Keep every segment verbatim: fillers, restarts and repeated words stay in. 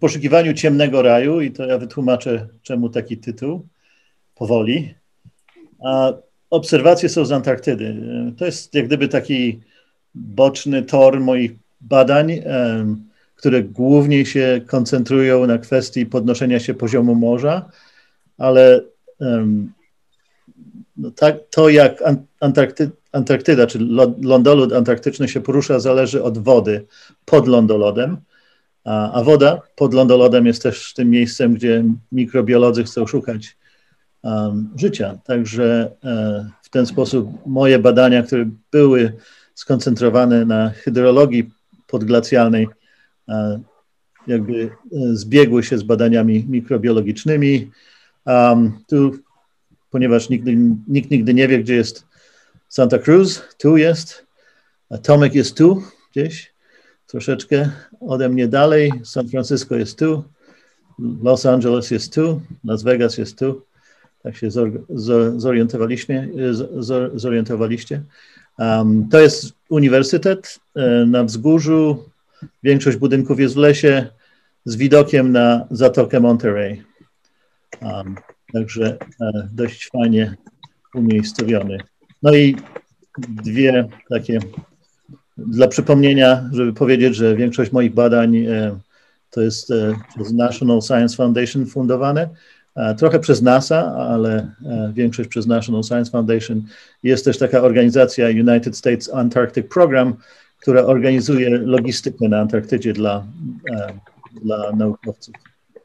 poszukiwaniu ciemnego raju i to ja wytłumaczę, czemu taki tytuł powoli. A obserwacje są z Antarktydy. To jest jak gdyby taki boczny tor moich badań, um, które głównie się koncentrują na kwestii podnoszenia się poziomu morza, ale um, no tak, to jak Antarkty, Antarktyda, czy lądolód antarktyczny się porusza, zależy od wody pod lądolodem, a, a woda pod lądolodem jest też tym miejscem, gdzie mikrobiolodzy chcą szukać um, życia. Także e, w ten sposób moje badania, które były skoncentrowane na hydrologii podglacjalnej, e, jakby zbiegły się z badaniami mikrobiologicznymi. Um, tu, ponieważ nikt, nikt nigdy nie wie, gdzie jest Santa Cruz, tu jest, a Tomek jest tu gdzieś, troszeczkę ode mnie dalej, San Francisco jest tu, Los Angeles jest tu, Las Vegas jest tu, tak się zorientowaliście. zorientowaliście. Um, to jest uniwersytet na wzgórzu, większość budynków jest w lesie z widokiem na Zatokę Monterey. Um, także e, dość fajnie umiejscowiony. No i dwie takie, dla przypomnienia, żeby powiedzieć, że większość moich badań e, to jest e, przez National Science Foundation fundowane, e, trochę przez NASA, ale e, większość przez National Science Foundation. Jest też taka organizacja United States Antarctic Program, która organizuje logistykę na Antarktydzie dla, e, dla naukowców.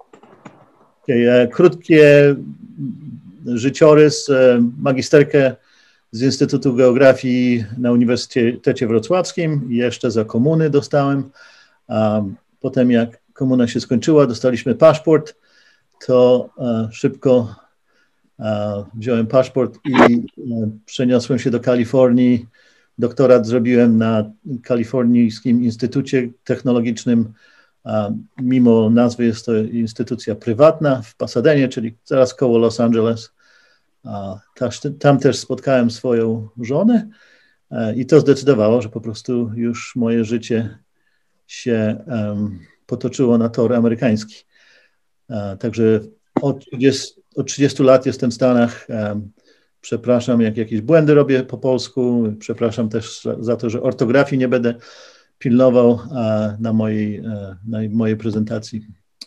Okay, e, krótkie życiorys, e, magisterkę z Instytutu Geografii na Uniwersytecie Wrocławskim i jeszcze za komuny dostałem. A potem jak komuna się skończyła, dostaliśmy paszport, to e, szybko e, wziąłem paszport i e, przeniosłem się do Kalifornii. Doktorat zrobiłem na Kalifornijskim Instytucie Technologicznym. A mimo nazwy jest to instytucja prywatna w Pasadenie, czyli zaraz koło Los Angeles. A tam też spotkałem swoją żonę i to zdecydowało, że po prostu już moje życie się um, potoczyło na tor amerykański. A, także od trzydziestu, od trzydziestu lat jestem w Stanach. Um, przepraszam, jak jakieś błędy robię po polsku. Przepraszam też za, za to, że ortografii nie będę pilnował a, na, mojej, a, na mojej prezentacji.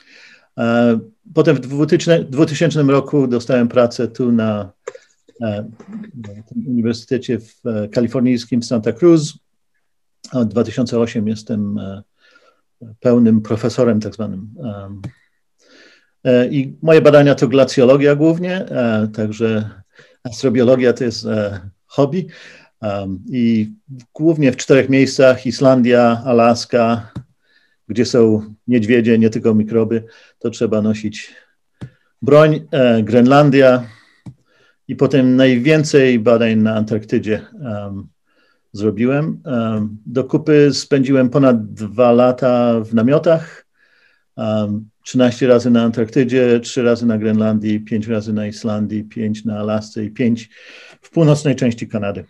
Potem w dwutysięcznym roku dostałem pracę tu na, na tym uniwersytecie w kalifornijskim w Santa Cruz. Od dwa tysiące ósmego jestem pełnym profesorem tak zwanym. I moje badania to glacjologia głównie, także astrobiologia to jest hobby. I głównie w czterech miejscach: Islandia, Alaska, gdzie są niedźwiedzie, nie tylko mikroby, to trzeba nosić broń, e, Grenlandia i potem najwięcej badań na Antarktydzie um, zrobiłem. Um, do kupy spędziłem ponad dwa lata w namiotach, um, trzynaście razy na Antarktydzie, trzy razy na Grenlandii, pięć razy na Islandii, pięć na Alasce i pięć w północnej części Kanady.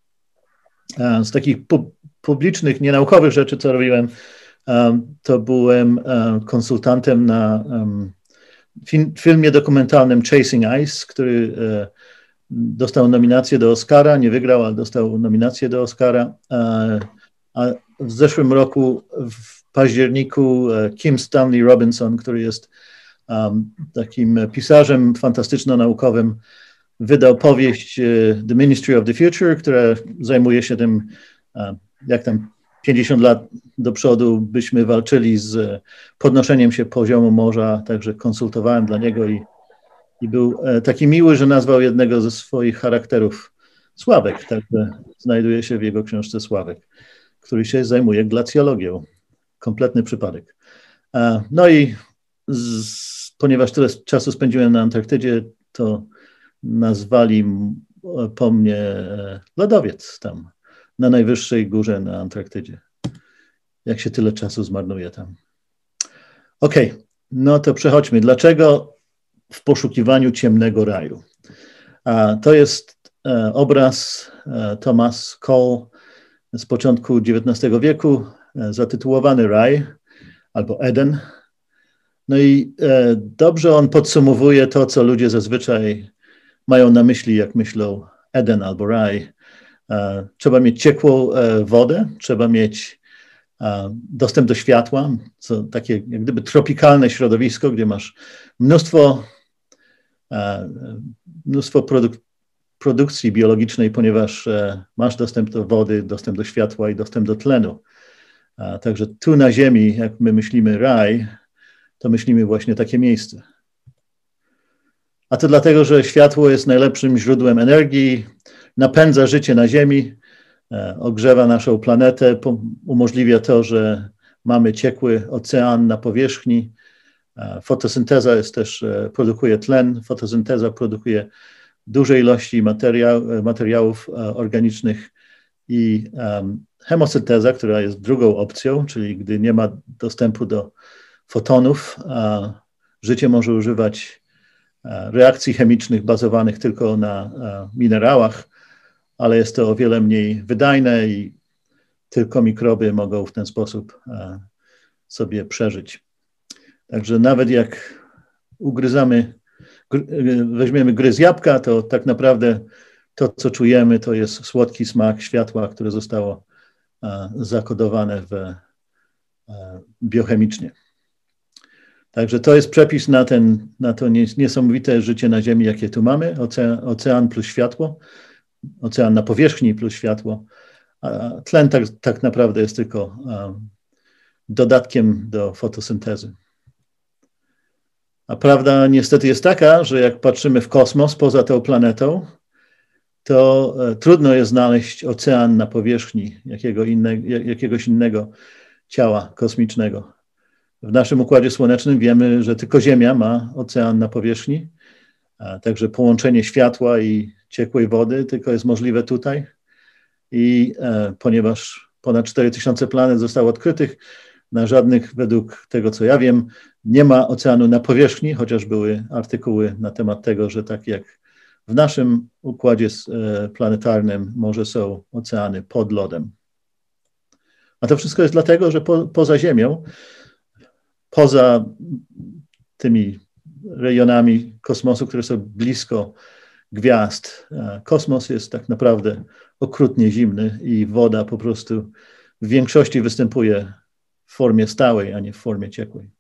Um, z takich pu publicznych, nienaukowych rzeczy, co robiłem, Um, to byłem um, konsultantem na um, film, filmie dokumentalnym Chasing Ice, który e, dostał nominację do Oscara, nie wygrał, ale dostał nominację do Oscara. E, a w zeszłym roku, w październiku, e, Kim Stanley Robinson, który jest um, takim pisarzem fantastyczno-naukowym, wydał powieść e, The Ministry of the Future, która zajmuje się tym, e, jak tam pięćdziesiąt lat do przodu byśmy walczyli z podnoszeniem się poziomu morza, także konsultowałem dla niego i, i był taki miły, że nazwał jednego ze swoich charakterów Sławek, także znajduje się w jego książce Sławek, który się zajmuje glacjologią. Kompletny przypadek. No i z, ponieważ tyle czasu spędziłem na Antarktydzie, to nazwali po mnie lodowiec tam, na najwyższej górze na Antarktydzie. Jak się tyle czasu zmarnuje tam. Okej, okay, no to przechodźmy. Dlaczego w poszukiwaniu ciemnego raju? A to jest e, obraz e, Thomas Cole z początku dziewiętnastego wieku, e, zatytułowany Raj albo Eden. No i e, dobrze on podsumowuje to, co ludzie zazwyczaj mają na myśli, jak myślą Eden albo raj. E, trzeba mieć ciekłą e, wodę, trzeba mieć e, dostęp do światła, co takie jak gdyby tropikalne środowisko, gdzie masz mnóstwo, e, mnóstwo produk produkcji biologicznej, ponieważ e, masz dostęp do wody, dostęp do światła i dostęp do tlenu. A, także tu na Ziemi, jak my myślimy raj, to myślimy właśnie takie miejsce. A to dlatego, że światło jest najlepszym źródłem energii, napędza życie na Ziemi, e, ogrzewa naszą planetę, po, umożliwia to, że mamy ciekły ocean na powierzchni. E, fotosynteza jest też, e, produkuje tlen, fotosynteza produkuje duże ilości materiał, materiałów e, organicznych i um, chemosynteza, która jest drugą opcją, czyli gdy nie ma dostępu do fotonów, a życie może używać a, reakcji chemicznych bazowanych tylko na a, minerałach, ale jest to o wiele mniej wydajne i tylko mikroby mogą w ten sposób a, sobie przeżyć. Także nawet jak ugryzamy, gr weźmiemy gryz jabłka, to tak naprawdę to, co czujemy, to jest słodki smak światła, które zostało a, zakodowane w, a, biochemicznie. Także to jest przepis na, ten, na to niesamowite życie na Ziemi, jakie tu mamy. Ocean, ocean plus światło, ocean na powierzchni plus światło. A tlen tak, tak naprawdę jest tylko a, dodatkiem do fotosyntezy. A prawda niestety jest taka, że jak patrzymy w kosmos poza tą planetą, to e, trudno jest znaleźć ocean na powierzchni jakiego inne, jakiegoś innego ciała kosmicznego. W naszym Układzie Słonecznym wiemy, że tylko Ziemia ma ocean na powierzchni, a także połączenie światła i ciekłej wody tylko jest możliwe tutaj. I e, ponieważ ponad cztery tysiące planet zostało odkrytych, na żadnych, według tego co ja wiem, nie ma oceanu na powierzchni, chociaż były artykuły na temat tego, że tak jak w naszym układzie planetarnym może są oceany pod lodem. A to wszystko jest dlatego, że po, poza Ziemią, poza tymi rejonami kosmosu, które są blisko gwiazd, kosmos jest tak naprawdę okrutnie zimny i woda po prostu w większości występuje w formie stałej, a nie w formie ciekłej.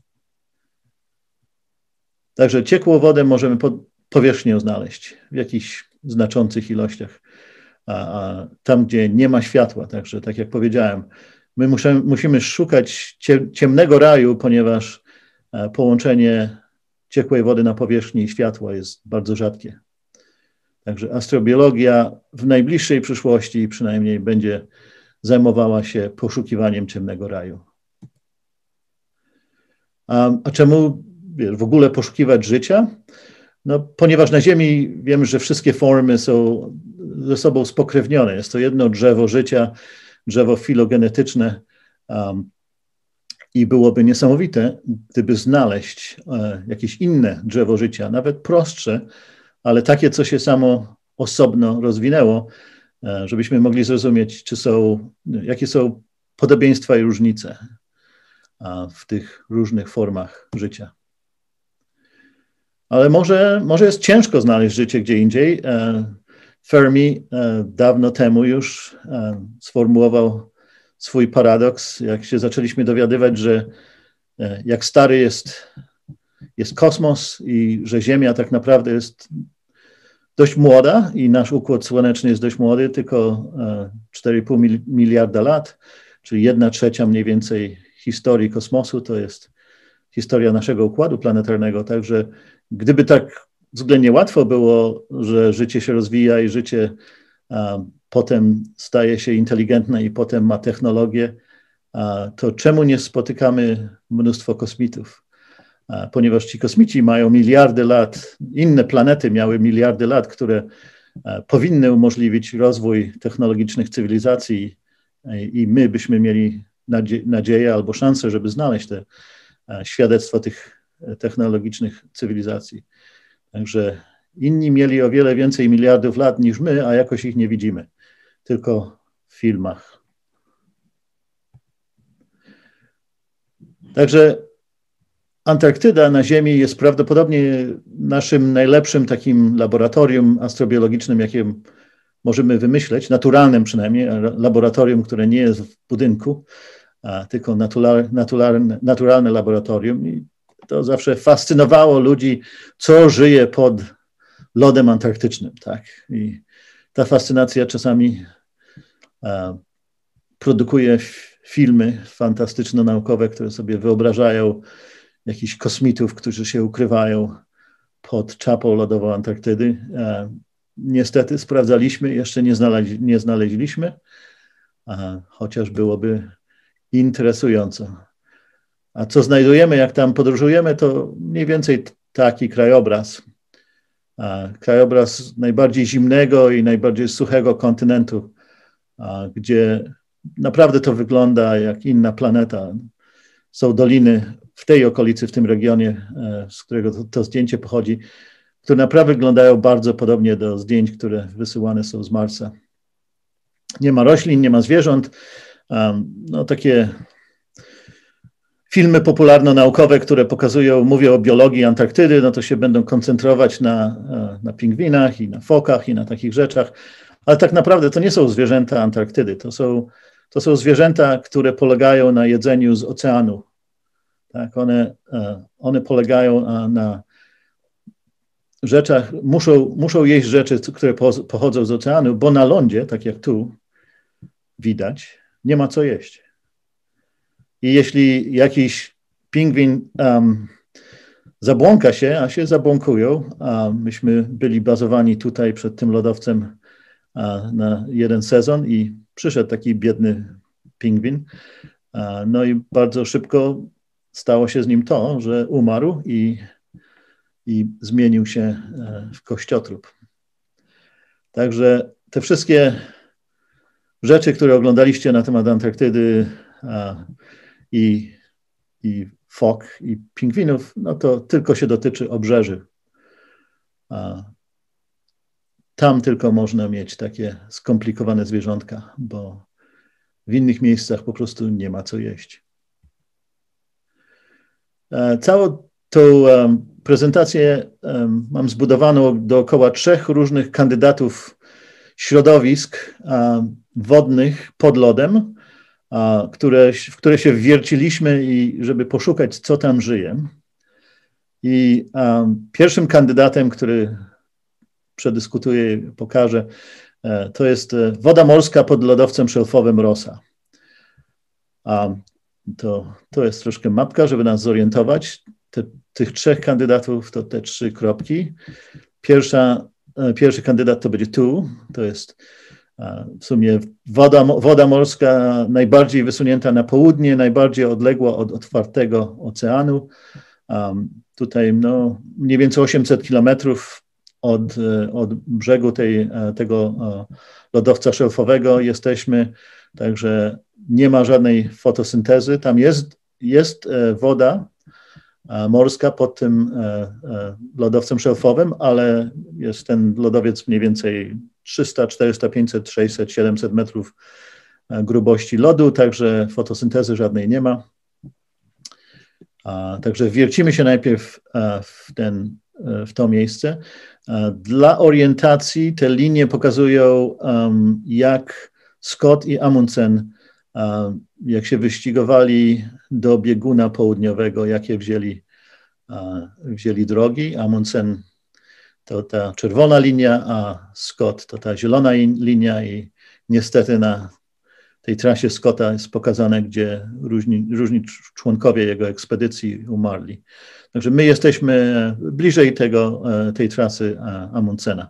Także ciekłą wodę możemy pod powierzchnią znaleźć w jakichś znaczących ilościach, a, a tam, gdzie nie ma światła. Także, tak jak powiedziałem, my musimy, musimy szukać ciemnego raju, ponieważ połączenie ciekłej wody na powierzchni i światła jest bardzo rzadkie. Także astrobiologia w najbliższej przyszłości przynajmniej będzie zajmowała się poszukiwaniem ciemnego raju. A, a czemu wiesz, w ogóle poszukiwać życia? No, ponieważ na Ziemi wiemy, że wszystkie formy są ze sobą spokrewnione. Jest to jedno drzewo życia, drzewo filogenetyczne um, i byłoby niesamowite, gdyby znaleźć e, jakieś inne drzewo życia, nawet prostsze, ale takie, co się samo osobno rozwinęło, e, żebyśmy mogli zrozumieć, czy są, jakie są podobieństwa i różnice a, w tych różnych formach życia. Ale może, może jest ciężko znaleźć życie gdzie indziej. Fermi dawno temu już sformułował swój paradoks, jak się zaczęliśmy dowiadywać, że jak stary jest, jest kosmos i że Ziemia tak naprawdę jest dość młoda i nasz Układ Słoneczny jest dość młody, tylko cztery i pół miliarda lat, czyli jedna trzecia mniej więcej historii kosmosu to jest historia naszego układu planetarnego. Także gdyby tak względnie łatwo było, że życie się rozwija i życie a, potem staje się inteligentne i potem ma technologię, a, to czemu nie spotykamy mnóstwo kosmitów? A, ponieważ ci kosmici mają miliardy lat, inne planety miały miliardy lat, które a, powinny umożliwić rozwój technologicznych cywilizacji i, i my byśmy mieli nadzie nadzieję albo szansę, żeby znaleźć te świadectwo tych technologicznych cywilizacji. Także inni mieli o wiele więcej miliardów lat niż my, a jakoś ich nie widzimy, tylko w filmach. Także Antarktyda na Ziemi jest prawdopodobnie naszym najlepszym takim laboratorium astrobiologicznym, jakie możemy wymyśleć, naturalnym przynajmniej, laboratorium, które nie jest w budynku, a tylko naturalne, naturalne laboratorium. I to zawsze fascynowało ludzi, co żyje pod lodem antarktycznym. Tak? I ta fascynacja czasami a, produkuje filmy fantastyczno-naukowe, które sobie wyobrażają jakichś kosmitów, którzy się ukrywają pod czapą lodową Antarktydy. A, niestety sprawdzaliśmy, jeszcze nie, znaleźli, nie znaleźliśmy, a, chociaż byłoby interesująco. A co znajdujemy, jak tam podróżujemy, to mniej więcej taki krajobraz. A, krajobraz najbardziej zimnego i najbardziej suchego kontynentu, a, gdzie naprawdę to wygląda jak inna planeta. Są doliny w tej okolicy, w tym regionie, z którego to, to zdjęcie pochodzi, które naprawdę wyglądają bardzo podobnie do zdjęć, które wysyłane są z Marsa. Nie ma roślin, nie ma zwierząt. Um, no, takie filmy popularno-naukowe, które pokazują, mówią o biologii Antarktydy, no to się będą koncentrować na, na pingwinach i na fokach i na takich rzeczach. Ale tak naprawdę to nie są zwierzęta Antarktydy. To są, to są zwierzęta, które polegają na jedzeniu z oceanu. Tak, one, one polegają na rzeczach, muszą, muszą jeść rzeczy, które pochodzą z oceanu, bo na lądzie, tak jak tu widać, nie ma co jeść. I jeśli jakiś pingwin um, zabłąka się, a się zabłąkują, a myśmy byli bazowani tutaj przed tym lodowcem a, na jeden sezon i przyszedł taki biedny pingwin, a, no i bardzo szybko stało się z nim to, że umarł i, i zmienił się w kościotrup. Także te wszystkie rzeczy, które oglądaliście na temat Antarktydy a, i, i fok, i pingwinów, no to tylko się dotyczy obrzeży. A, tam tylko można mieć takie skomplikowane zwierzątka, bo w innych miejscach po prostu nie ma co jeść. Całą tą um, prezentację um, mam zbudowaną dookoła trzech różnych kandydatów środowisk um, wodnych pod lodem, a, które, w które się wwierciliśmy, i żeby poszukać, co tam żyje. I um, pierwszym kandydatem, który przedyskutuję i pokażę, e, to jest woda morska pod lodowcem szelfowym Rossa. Um, To, to jest troszkę mapka, żeby nas zorientować. Te, tych trzech kandydatów to te trzy kropki. Pierwsza, pierwszy kandydat to będzie tu. To jest w sumie woda, woda morska najbardziej wysunięta na południe, najbardziej odległa od otwartego oceanu. Um, tutaj no, mniej więcej osiemset kilometrów od, od brzegu tej, tego lodowca szelfowego jesteśmy, także nie ma żadnej fotosyntezy. Tam jest, jest woda morska pod tym lodowcem szelfowym, ale jest ten lodowiec mniej więcej trzysta, czterysta, pięćset, sześćset, siedemset metrów grubości lodu, także fotosyntezy żadnej nie ma. Także wiercimy się najpierw w, ten, w to miejsce. Dla orientacji te linie pokazują, jak Scott i Amundsen, jak się wyścigowali do bieguna południowego, jakie wzięli, wzięli drogi. Amundsen to ta czerwona linia, a Scott to ta zielona linia, i niestety na tej trasie Scotta jest pokazane, gdzie różni, różni członkowie jego ekspedycji umarli. Także my jesteśmy bliżej tego, tej trasy Amundsena.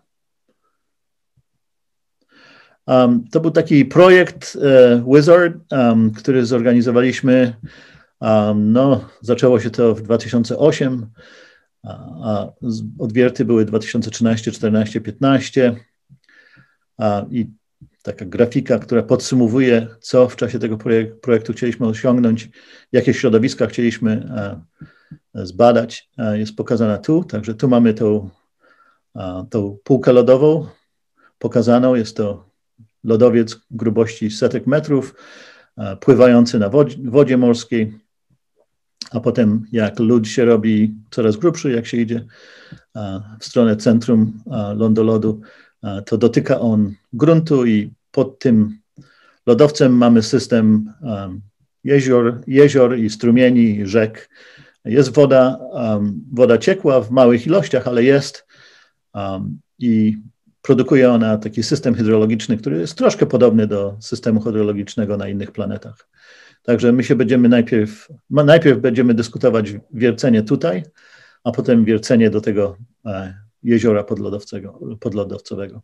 Um, to był taki projekt uh, Wizard, um, który zorganizowaliśmy. Um, no, zaczęło się to w dwa tysiące ósmym, a, a odwierty były dwa tysiące trzynasty, czternasty, piętnasty. A, I taka grafika, która podsumowuje, co w czasie tego projek projektu chcieliśmy osiągnąć, jakie środowiska chcieliśmy a, zbadać, a, jest pokazana tu. Także tu mamy tą, a, tą półkę lodową pokazaną. Jest to lodowiec grubości setek metrów, pływający na wodzie, wodzie morskiej. a potem jak lód się robi coraz grubszy, jak się idzie w stronę centrum lądolodu, to dotyka on gruntu i pod tym lodowcem mamy system jezior, jezior i strumieni, rzek. Jest woda, woda ciekła w małych ilościach, ale jest i produkuje ona taki system hydrologiczny, który jest troszkę podobny do systemu hydrologicznego na innych planetach. Także my się będziemy najpierw, najpierw będziemy dyskutować wiercenie tutaj, a potem wiercenie do tego jeziora podlodowcowego.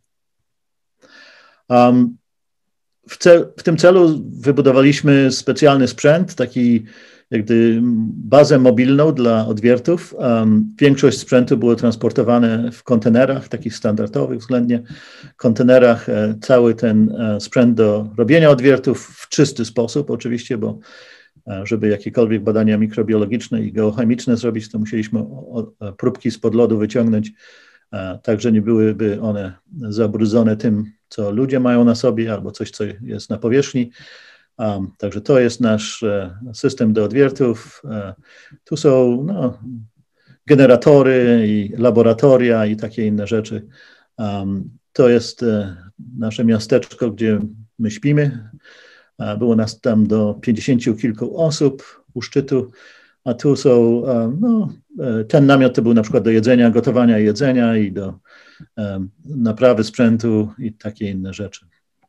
Um, w, cel, w tym celu wybudowaliśmy specjalny sprzęt, taki jak gdy bazę mobilną dla odwiertów. Um, większość sprzętu było transportowane w kontenerach, takich standardowych względnie kontenerach. E, cały ten e, sprzęt do robienia odwiertów w czysty sposób oczywiście, bo e, żeby jakiekolwiek badania mikrobiologiczne i geochemiczne zrobić, to musieliśmy o, o, próbki spod lodu wyciągnąć, e, tak że nie byłyby one zabrudzone tym, co ludzie mają na sobie albo coś, co jest na powierzchni. Um, także to jest nasz e, system do odwiertów. E, tu są no, generatory i laboratoria i takie inne rzeczy. Um, to jest e, nasze miasteczko, gdzie my śpimy. E, było nas tam do pięćdziesięciu kilku osób u szczytu, a tu są, e, no, e, ten namiot to był na przykład do jedzenia, gotowania jedzenia i do e, naprawy sprzętu i takie inne rzeczy.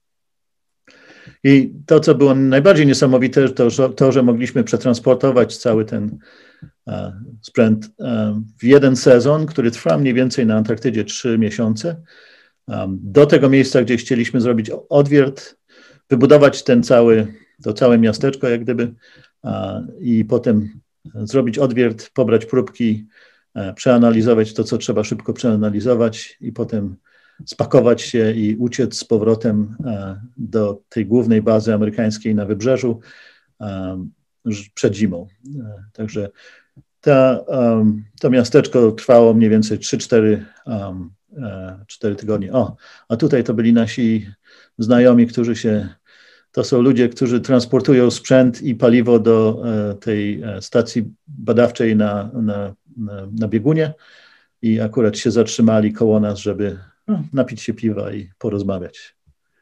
I to, co było najbardziej niesamowite, to, to że mogliśmy przetransportować cały ten uh, sprzęt um, w jeden sezon, który trwa mniej więcej na Antarktydzie trzy miesiące, um, do tego miejsca, gdzie chcieliśmy zrobić odwiert, wybudować ten cały, to całe miasteczko jak gdyby uh, i potem zrobić odwiert, pobrać próbki, uh, przeanalizować to, co trzeba szybko przeanalizować i potem spakować się i uciec z powrotem do tej głównej bazy amerykańskiej na wybrzeżu przed zimą. Także ta, to miasteczko trwało mniej więcej trzy cztery tygodnie. O, a tutaj to byli nasi znajomi, którzy się, to są ludzie, którzy transportują sprzęt i paliwo do tej stacji badawczej na, na, na, na biegunie i akurat się zatrzymali koło nas, żeby napić się piwa i porozmawiać.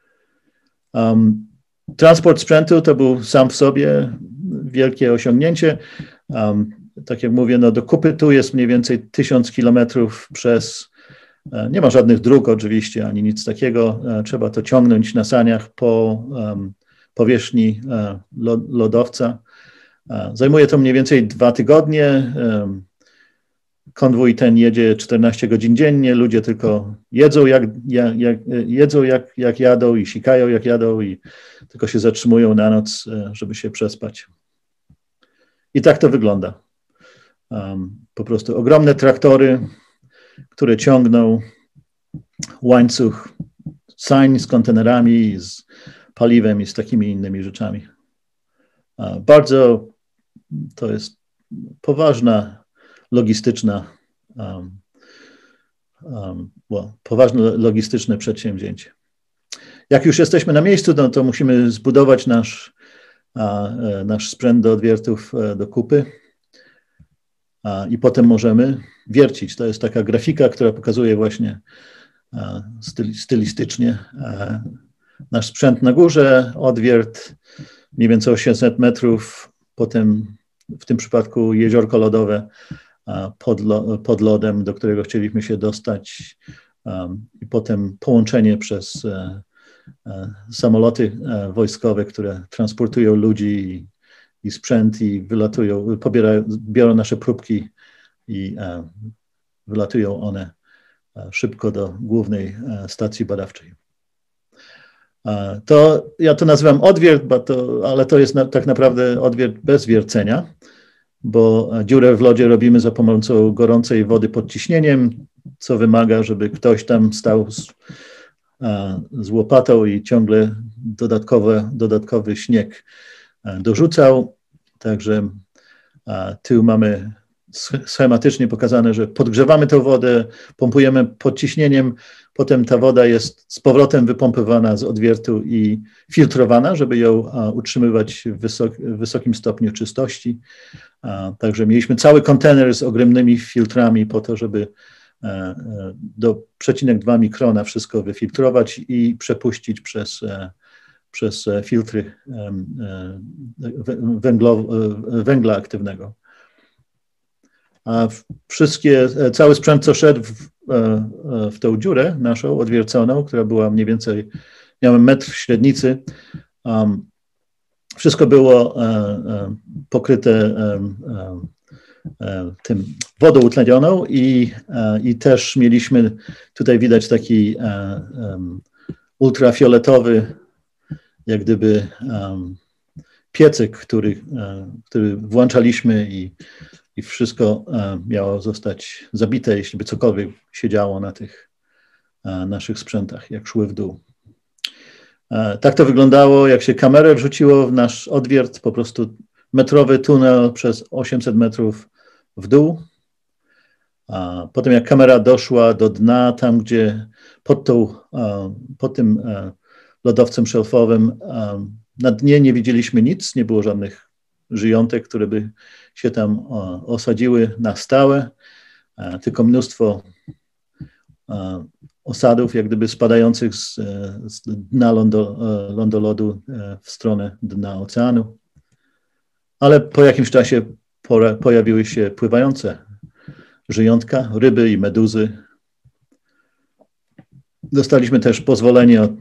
Um, transport sprzętu to był sam w sobie wielkie osiągnięcie. Um, tak jak mówię, no do kupy tu jest mniej więcej tysiąc kilometrów przez, nie ma żadnych dróg oczywiście, ani nic takiego. Trzeba to ciągnąć na saniach po um, powierzchni um, lodowca. Um, zajmuje to mniej więcej dwa tygodnie. Um, Konwój ten jedzie czternaście godzin dziennie, ludzie tylko jedzą jak, jak, jak, jedzą jak, jak jadą i sikają jak jadą i tylko się zatrzymują na noc, żeby się przespać. I tak to wygląda. Um, po prostu ogromne traktory, które ciągną łańcuch sań z kontenerami, z paliwem i z takimi innymi rzeczami. Uh, bardzo to jest poważna logistyczna, um, um, well, poważne logistyczne przedsięwzięcie. Jak już jesteśmy na miejscu, no to musimy zbudować nasz, a, nasz sprzęt do odwiertów do kupy a, i potem możemy wiercić. To jest taka grafika, która pokazuje właśnie a, styl, stylistycznie a, nasz sprzęt na górze, odwiert mniej więcej osiemset metrów, potem w tym przypadku jeziorko lodowe Pod, lo, pod lodem, do którego chcieliśmy się dostać um, i potem połączenie przez e, e, samoloty e, wojskowe, które transportują ludzi i, i sprzęt i wylatują, pobierają, biorą nasze próbki i e, wylatują one e, szybko do głównej e, stacji badawczej. E, to ja to nazywam odwiert, bo to, ale to jest na, tak naprawdę odwiert bez wiercenia, bo dziurę w lodzie robimy za pomocą gorącej wody pod ciśnieniem, co wymaga, żeby ktoś tam stał z, z łopatą i ciągle dodatkowe, dodatkowy śnieg dorzucał. Także tu mamy schematycznie pokazane, że podgrzewamy tę wodę, pompujemy pod ciśnieniem, potem ta woda jest z powrotem wypompywana z odwiertu i filtrowana, żeby ją utrzymywać w wysok, wysokim stopniu czystości. Także mieliśmy cały kontener z ogromnymi filtrami po to, żeby do przecinek dwa mikrona wszystko wyfiltrować i przepuścić przez, przez filtry węglo, węgla aktywnego. A wszystkie, cały sprzęt, co szedł w, w tą dziurę naszą odwierconą, która była mniej więcej, miałem metr średnicy, um, wszystko było um, pokryte um, um, tym wodą utlenioną i, um, i też mieliśmy, tutaj widać taki um, ultrafioletowy, jak gdyby um, piecyk, który, um, który włączaliśmy i I wszystko miało zostać zabite, jeśli by cokolwiek się działo na tych naszych sprzętach, jak szły w dół. Tak to wyglądało, jak się kamerę wrzuciło w nasz odwiert, po prostu metrowy tunel przez osiemset metrów w dół. A potem jak kamera doszła do dna, tam gdzie pod, tą, pod tym lodowcem szelfowym, na dnie nie widzieliśmy nic, nie było żadnych żyjątek, które by się tam osadziły na stałe, tylko mnóstwo osadów, jak gdyby spadających z, z dna lądo, lądolodu w stronę dna oceanu. Ale po jakimś czasie pojawiły się pływające żyjątka, ryby i meduzy. Dostaliśmy też pozwolenie od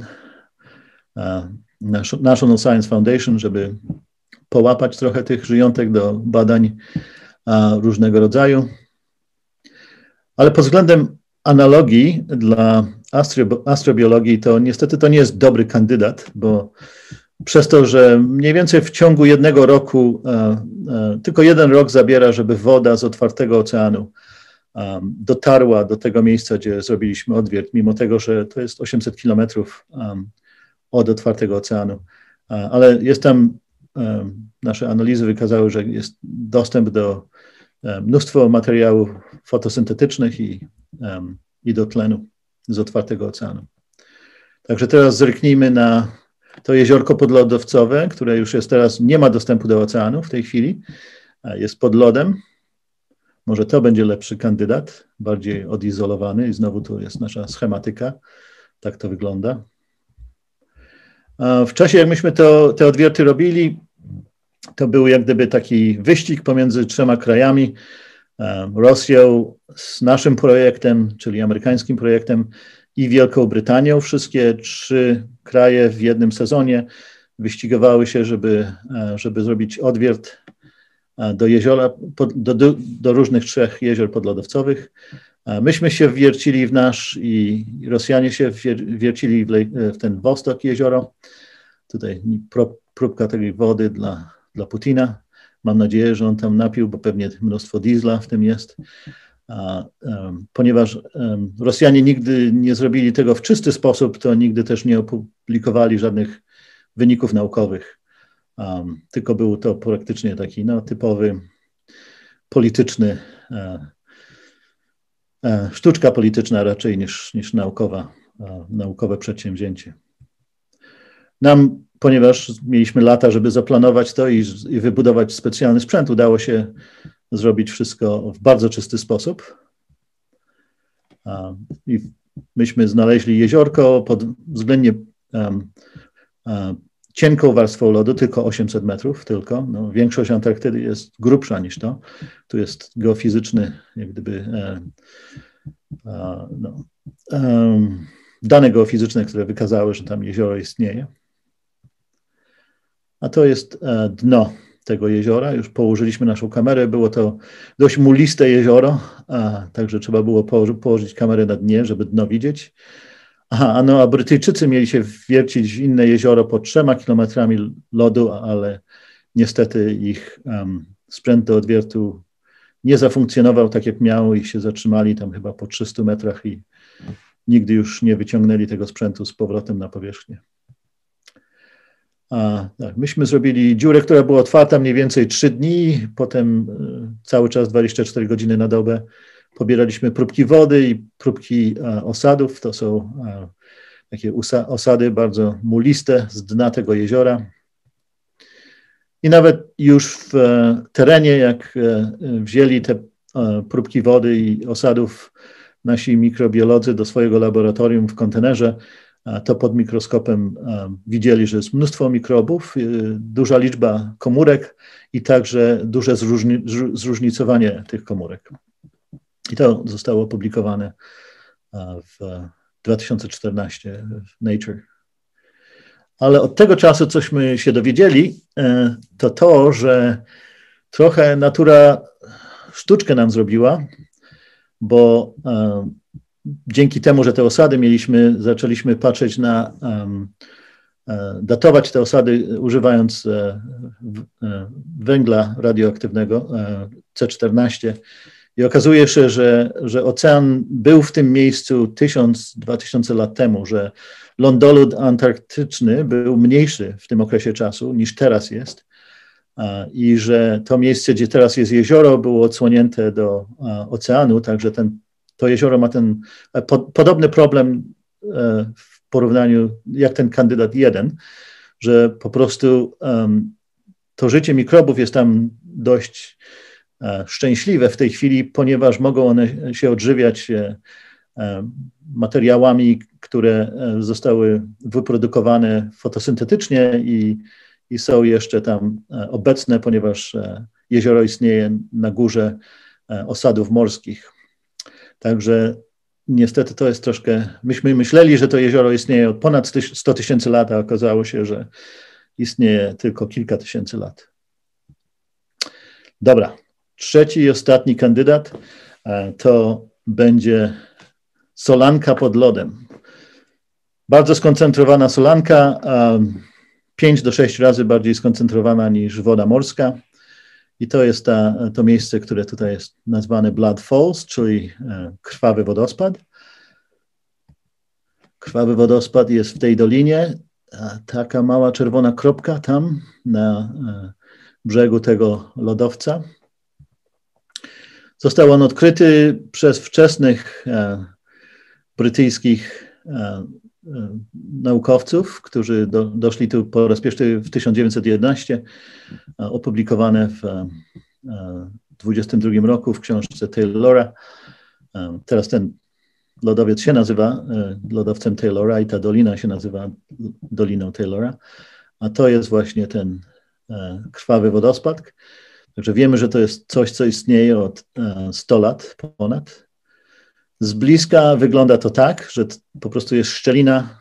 National Science Foundation, żeby połapać trochę tych żyjątek do badań a, różnego rodzaju. Ale pod względem analogii dla astro, astrobiologii to niestety to nie jest dobry kandydat, bo przez to, że mniej więcej w ciągu jednego roku, a, a, tylko jeden rok zabiera, żeby woda z otwartego oceanu a, dotarła do tego miejsca, gdzie zrobiliśmy odwiert, mimo tego, że to jest osiemset kilometrów od otwartego oceanu. A, ale jest tam nasze analizy wykazały, że jest dostęp do mnóstwo materiałów fotosyntetycznych i, i do tlenu z otwartego oceanu. Także teraz zerknijmy na to jeziorko podlodowcowe, które już jest teraz, nie ma dostępu do oceanu w tej chwili, jest pod lodem. Może to będzie lepszy kandydat, bardziej odizolowany i znowu tu jest nasza schematyka. Tak to wygląda. W czasie, jak myśmy to, te odwierty robili, to był jak gdyby taki wyścig pomiędzy trzema krajami. Rosją z naszym projektem, czyli amerykańskim projektem, i Wielką Brytanią. Wszystkie trzy kraje w jednym sezonie wyścigowały się, żeby, żeby zrobić odwiert do jeziora, do, do, do różnych trzech jezior podlodowcowych. Myśmy się wwiercili w nasz i Rosjanie się wwiercili w, w ten Wostok jezioro. Tutaj próbka tej wody dla, dla Putina. Mam nadzieję, że on tam napił, bo pewnie mnóstwo diesla w tym jest. A, um, ponieważ um, Rosjanie nigdy nie zrobili tego w czysty sposób, to nigdy też nie opublikowali żadnych wyników naukowych. Um, tylko był to praktycznie taki no, typowy polityczny e, sztuczka polityczna raczej niż, niż naukowa, naukowe przedsięwzięcie. Nam, ponieważ mieliśmy lata, żeby zaplanować to i, i wybudować specjalny sprzęt, udało się zrobić wszystko w bardzo czysty sposób. I myśmy znaleźli jeziorko pod względnie um, um, cienką warstwą lodu, tylko osiemset metrów, tylko. No, większość Antarktydy jest grubsza niż to. Tu jest geofizyczny, jak gdyby, e, e, no, e, dane geofizyczne, które wykazały, że tam jezioro istnieje. A to jest e, dno tego jeziora. Już położyliśmy naszą kamerę. Było to dość muliste jezioro, a, także trzeba było położy, położyć kamerę na dnie, żeby dno widzieć. Aha, a no, a Brytyjczycy mieli się wwiercić w inne jezioro pod trzema kilometrami lodu, ale niestety ich um, sprzęt do odwiertu nie zafunkcjonował tak, jak miał i się zatrzymali tam chyba po trzystu metrach i nigdy już nie wyciągnęli tego sprzętu z powrotem na powierzchnię. A, tak, myśmy zrobili dziurę, która była otwarta mniej więcej trzy dni, potem cały czas dwadzieścia cztery godziny na dobę pobieraliśmy próbki wody i próbki a, osadów. To są a, takie osady bardzo muliste z dna tego jeziora. I nawet już w e, terenie, jak e, wzięli te e, próbki wody i osadów nasi mikrobiolodzy do swojego laboratorium w kontenerze, a, to pod mikroskopem a, widzieli, że jest mnóstwo mikrobów, y, duża liczba komórek i także duże zróżni zróżnicowanie tych komórek. I to zostało opublikowane a, w dwa tysiące czternastym w Nature. Ale od tego czasu, cośmy się dowiedzieli, to to, że trochę natura sztuczkę nam zrobiła, bo um, dzięki temu, że te osady mieliśmy, zaczęliśmy patrzeć na, um, datować te osady używając e, e, węgla radioaktywnego e, C czternaście i okazuje się, że, że ocean był w tym miejscu tysiąc, dwa tysiące lat temu, że lądolód antarktyczny był mniejszy w tym okresie czasu niż teraz jest i że to miejsce, gdzie teraz jest jezioro, było odsłonięte do oceanu, także ten, to jezioro ma ten po, podobny problem w porównaniu jak ten kandydat jeden, że po prostu um, to życie mikrobów jest tam dość szczęśliwe w tej chwili, ponieważ mogą one się odżywiać materiałami, które zostały wyprodukowane fotosyntetycznie i, i są jeszcze tam obecne, ponieważ jezioro istnieje na górze osadów morskich. Także niestety to jest troszkę, myśmy myśleli, że to jezioro istnieje od ponad sto tysięcy lat, a okazało się, że istnieje tylko kilka tysięcy lat. Dobra. Trzeci i ostatni kandydat to będzie solanka pod lodem. Bardzo skoncentrowana solanka, pięć do sześciu razy bardziej skoncentrowana niż woda morska. I to jest ta, to miejsce, które tutaj jest nazwane Blood Falls, czyli krwawy wodospad. Krwawy wodospad jest w tej dolinie. Taka mała czerwona kropka tam na brzegu tego lodowca. Został on odkryty przez wczesnych e, brytyjskich e, e, naukowców, którzy do, doszli tu po raz pierwszy w tysiąc dziewięćset jedenastym, e, opublikowane w e, dwudziestym drugim roku w książce Taylora. E, teraz ten lodowiec się nazywa e, lodowcem Taylora i ta dolina się nazywa Doliną Taylora, a to jest właśnie ten e, krwawy wodospad. Także wiemy, że to jest coś, co istnieje od stu lat ponad. Z bliska wygląda to tak, że po prostu jest szczelina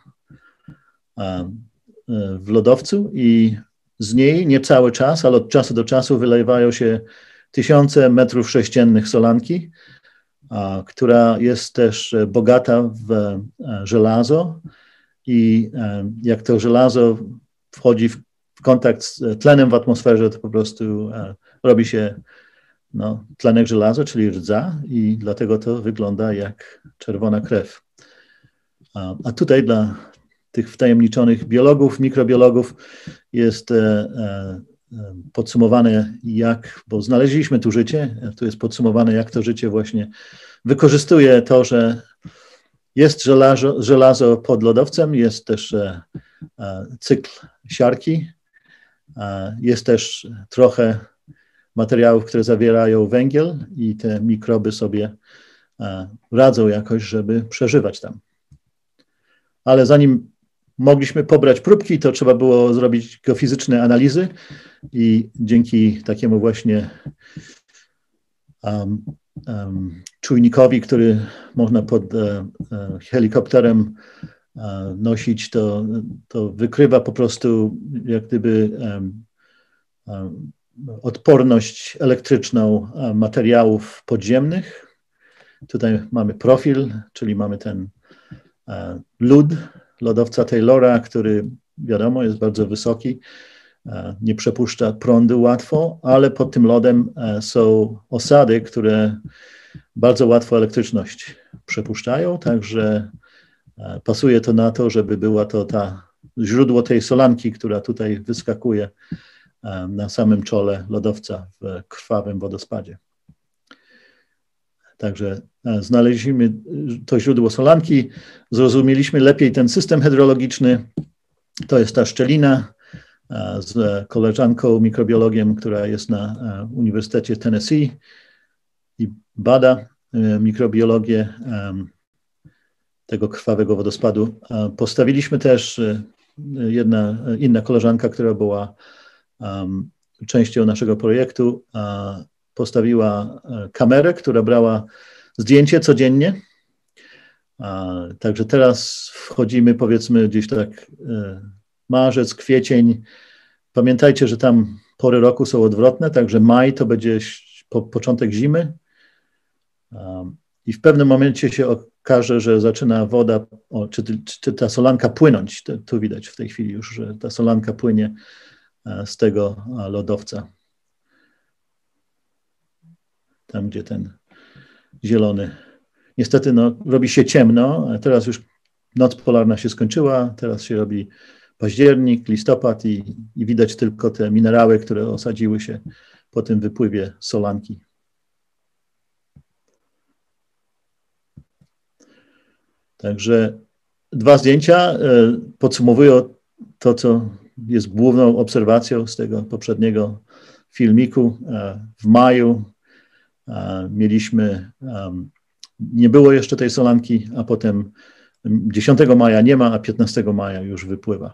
w lodowcu i z niej nie cały czas, ale od czasu do czasu wylewają się tysiące metrów sześciennych solanki, która jest też bogata w żelazo i jak to żelazo wchodzi w kontakt z tlenem w atmosferze, to po prostu robi się no, tlenek żelaza, czyli rdza i dlatego to wygląda jak czerwona krew. A, a tutaj dla tych wtajemniczonych biologów, mikrobiologów jest e, e, podsumowane jak, bo znaleźliśmy tu życie, tu jest podsumowane jak to życie właśnie wykorzystuje to, że jest żelazo, żelazo pod lodowcem, jest też e, e, cykl siarki, e, jest też trochę materiałów, które zawierają węgiel i te mikroby sobie e, radzą jakoś, żeby przeżywać tam. Ale zanim mogliśmy pobrać próbki, to trzeba było zrobić geofizyczne analizy i dzięki takiemu właśnie um, um, czujnikowi, który można pod e, e, helikopterem e, nosić, to, to wykrywa po prostu jak gdyby um, um, odporność elektryczną materiałów podziemnych. Tutaj mamy profil, czyli mamy ten e, lód, lodowca Taylora, który wiadomo jest bardzo wysoki, e, nie przepuszcza prądu łatwo, ale pod tym lodem e, są osady, które bardzo łatwo elektryczność przepuszczają, także e, pasuje to na to, żeby była to ta źródło tej solanki, która tutaj wyskakuje na samym czole lodowca w krwawym wodospadzie. Także znaleźliśmy to źródło solanki, zrozumieliśmy lepiej ten system hydrologiczny. To jest ta szczelina z koleżanką mikrobiologiem, która jest na Uniwersytecie Tennessee i bada mikrobiologię tego krwawego wodospadu. Postawiliśmy też, jedna inna koleżanka, która była częścią naszego projektu, postawiła kamerę, która brała zdjęcie codziennie. Także teraz wchodzimy, powiedzmy, gdzieś tak marzec, kwiecień. Pamiętajcie, że tam pory roku są odwrotne, także maj to będzie po, początek zimy. I w pewnym momencie się okaże, że zaczyna woda, o, czy, czy ta solanka płynąć. To, tu widać w tej chwili już, że ta solanka płynie z tego lodowca. Tam, gdzie ten zielony. Niestety no, robi się ciemno, a teraz już noc polarna się skończyła, teraz się robi październik, listopad i, i widać tylko te minerały, które osadziły się po tym wypływie solanki. Także dwa zdjęcia podsumowują to, co jest główną obserwacją z tego poprzedniego filmiku. W maju mieliśmy, nie było jeszcze tej solanki, a potem dziesiątego maja nie ma, a piętnastego maja już wypływa.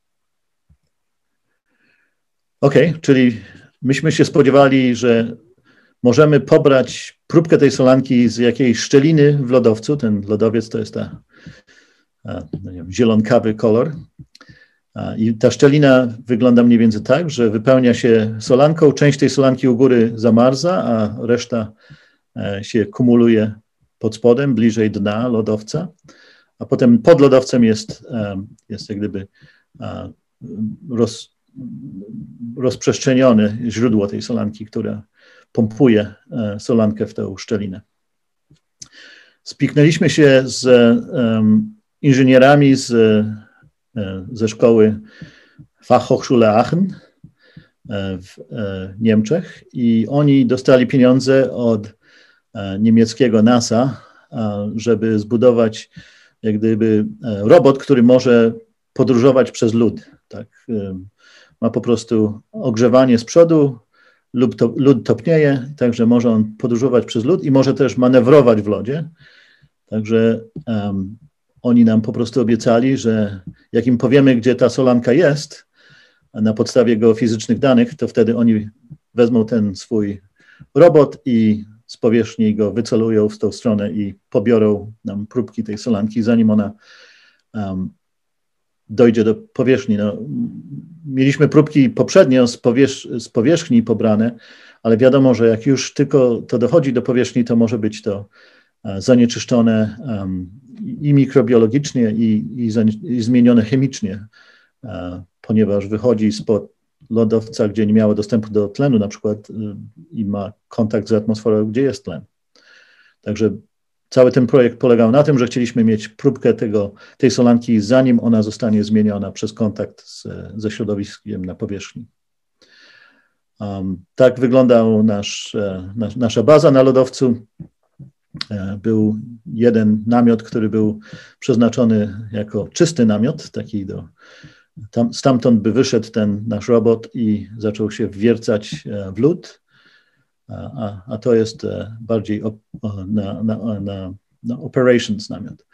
Ok, czyli myśmy się spodziewali, że możemy pobrać próbkę tej solanki z jakiejś szczeliny w lodowcu. Ten lodowiec to jest ta no nie wiem, zielonkawy kolor. I ta szczelina wygląda mniej więcej tak, że wypełnia się solanką, część tej solanki u góry zamarza, a reszta się kumuluje pod spodem, bliżej dna lodowca, a potem pod lodowcem jest, jest jak gdyby roz, rozprzestrzenione źródło tej solanki, które pompuje solankę w tę szczelinę. Spiknęliśmy się z um, inżynierami z, ze szkoły Fachhochschule Aachen w Niemczech i oni dostali pieniądze od niemieckiego NASA, żeby zbudować jak gdyby robot, który może podróżować przez lód. Tak? Ma po prostu ogrzewanie z przodu, lód, to, lód topnieje, także może on podróżować przez lód i może też manewrować w lodzie. Także um, oni nam po prostu obiecali, że jak im powiemy, gdzie ta solanka jest, na podstawie geofizycznych danych, to wtedy oni wezmą ten swój robot i z powierzchni go wycelują w tą stronę i pobiorą nam próbki tej solanki, zanim ona um, dojdzie do powierzchni. No, mieliśmy próbki poprzednio z, powierz z powierzchni pobrane, ale wiadomo, że jak już tylko to dochodzi do powierzchni, to może być to uh, zanieczyszczone um, i mikrobiologicznie, i, i, i zmienione chemicznie, uh, ponieważ wychodzi spod lodowca, gdzie nie miało dostępu do tlenu na przykład y, i ma kontakt z atmosferą, gdzie jest tlen. Także cały ten projekt polegał na tym, że chcieliśmy mieć próbkę tego, tej solanki, zanim ona zostanie zmieniona przez kontakt z, ze środowiskiem na powierzchni. Um, tak wyglądał nasz, nasz, nasza baza na lodowcu. Był jeden namiot, który był przeznaczony jako czysty namiot, taki do Tam, stamtąd by wyszedł ten nasz robot i zaczął się wwiercać w lód, a, a to jest bardziej op, na, na, na, na operations namiot.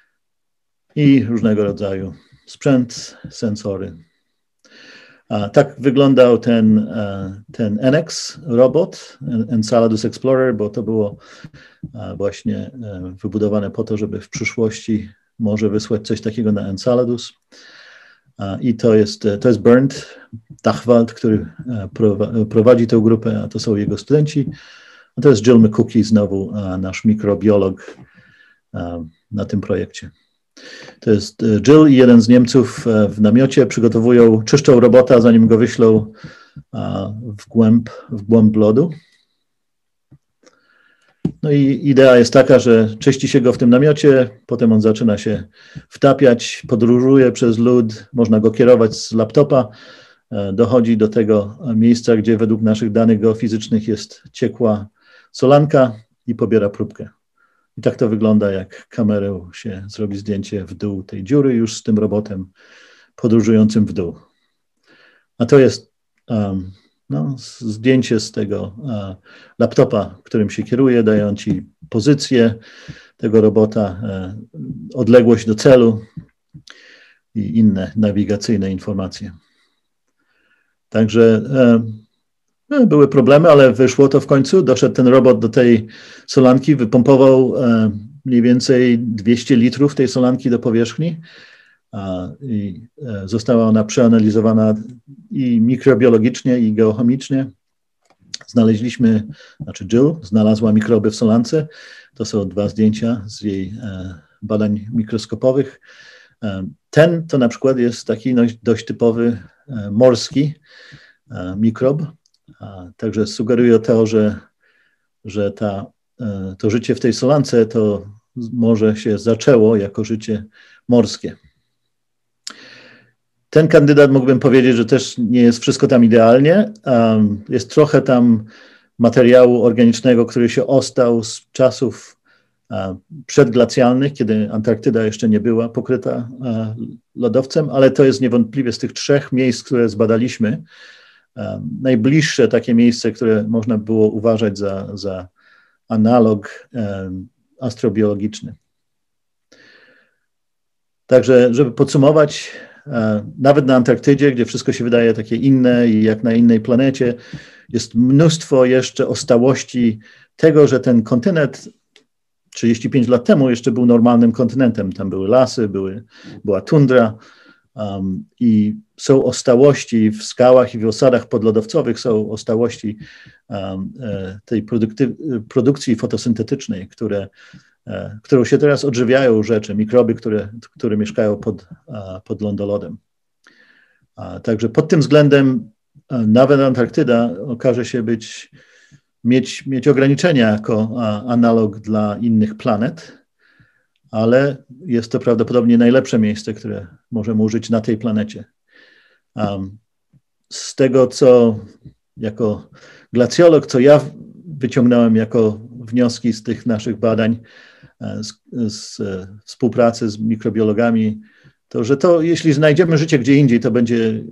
I różnego rodzaju sprzęt, sensory. A tak wyglądał ten, ten Ennex robot, Enceladus Explorer, bo to było właśnie wybudowane po to, żeby w przyszłości może wysłać coś takiego na Enceladus. I to jest, to jest Bernd Dachwald, który prowadzi tę grupę, a to są jego studenci. A to jest Jill McCookie, znowu nasz mikrobiolog na tym projekcie. To jest Jill i jeden z Niemców w namiocie przygotowują, czyszczą robota, zanim go wyślą w głąb, w głąb lodu. No i idea jest taka, że czyści się go w tym namiocie, potem on zaczyna się wtapiać, podróżuje przez lód, można go kierować z laptopa, dochodzi do tego miejsca, gdzie według naszych danych geofizycznych jest ciekła solanka i pobiera próbkę. I tak to wygląda, jak kamerą się zrobi zdjęcie w dół tej dziury już z tym robotem podróżującym w dół. A to jest um, no, zdjęcie z tego uh, laptopa, którym się kieruje, dają ci pozycję tego robota, uh, odległość do celu i inne nawigacyjne informacje. Także uh, były problemy, ale wyszło to w końcu. Doszedł ten robot do tej solanki, wypompował uh, mniej więcej dwieście litrów tej solanki do powierzchni. I została ona przeanalizowana i mikrobiologicznie, i geochemicznie. Znaleźliśmy, znaczy Jill znalazła mikroby w solance. To są dwa zdjęcia z jej badań mikroskopowych. Ten to na przykład jest taki dość typowy morski mikrob. Także sugeruje to, że, że ta, to życie w tej solance to może się zaczęło jako życie morskie. Ten kandydat mógłbym powiedzieć, że też nie jest wszystko tam idealnie. Um, jest trochę tam materiału organicznego, który się ostał z czasów uh, przedglacjalnych, kiedy Antarktyda jeszcze nie była pokryta uh, lodowcem, ale to jest niewątpliwie z tych trzech miejsc, które zbadaliśmy, um, najbliższe takie miejsce, które można było uważać za, za analog um, astrobiologiczny. Także, żeby podsumować, nawet na Antarktydzie, gdzie wszystko się wydaje takie inne i jak na innej planecie, jest mnóstwo jeszcze ostałości tego, że ten kontynent trzydzieści pięć lat temu jeszcze był normalnym kontynentem. Tam były lasy, były, była tundra um, i są ostałości w skałach i w osadach podlodowcowych, są ostałości um, tej produkcji fotosyntetycznej, które którą się teraz odżywiają rzeczy, mikroby, które, które mieszkają pod, pod lądolodem. Także pod tym względem nawet Antarktyda okaże się być, mieć, mieć ograniczenia jako analog dla innych planet, ale jest to prawdopodobnie najlepsze miejsce, które możemy użyć na tej planecie. Z tego, co jako glacjolog, co ja wyciągnąłem jako wnioski z tych naszych badań, z, z współpracy z mikrobiologami, to że to jeśli znajdziemy życie gdzie indziej, to będzie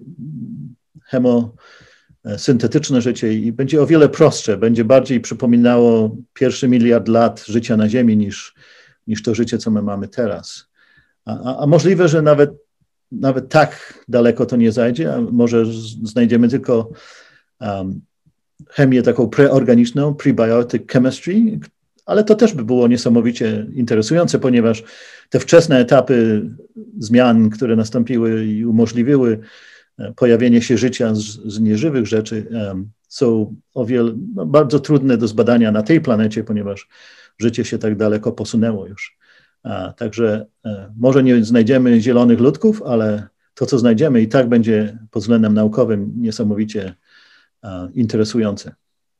chemosyntetyczne życie i będzie o wiele prostsze, będzie bardziej przypominało pierwszy miliard lat życia na Ziemi niż, niż to życie, co my mamy teraz. A, a możliwe, że nawet, nawet tak daleko to nie zajdzie, a może znajdziemy tylko um, chemię taką preorganiczną, prebiotic chemistry, ale to też by było niesamowicie interesujące, ponieważ te wczesne etapy zmian, które nastąpiły i umożliwiły pojawienie się życia z, z nieżywych rzeczy, um, są o wiele no, bardzo trudne do zbadania na tej planecie, ponieważ życie się tak daleko posunęło już. A, także e, może nie znajdziemy zielonych ludków, ale to, co znajdziemy, i tak będzie pod względem naukowym niesamowicie a, interesujące.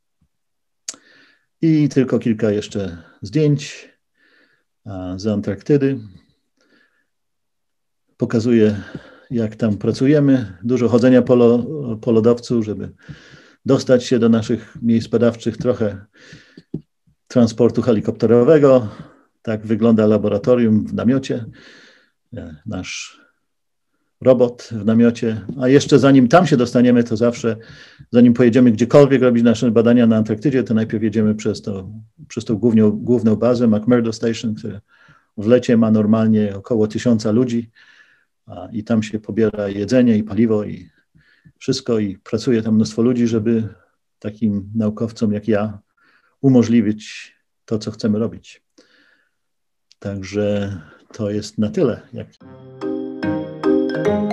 I tylko kilka jeszcze zdjęć z Antarktydy. Pokazuję, jak tam pracujemy. Dużo chodzenia po, lo, po lodowcu, żeby dostać się do naszych miejsc badawczych. Trochę transportu helikopterowego. Tak wygląda laboratorium w namiocie. Nasz robot w namiocie. A jeszcze zanim tam się dostaniemy, to zawsze, zanim pojedziemy gdziekolwiek robić nasze badania na Antarktydzie, to najpierw jedziemy przez, to, przez tą główną, główną bazę McMurdo Station, która w lecie ma normalnie około tysiąca ludzi a, i tam się pobiera jedzenie i paliwo i wszystko i pracuje tam mnóstwo ludzi, żeby takim naukowcom jak ja umożliwić to, co chcemy robić. Także to jest na tyle. Jak...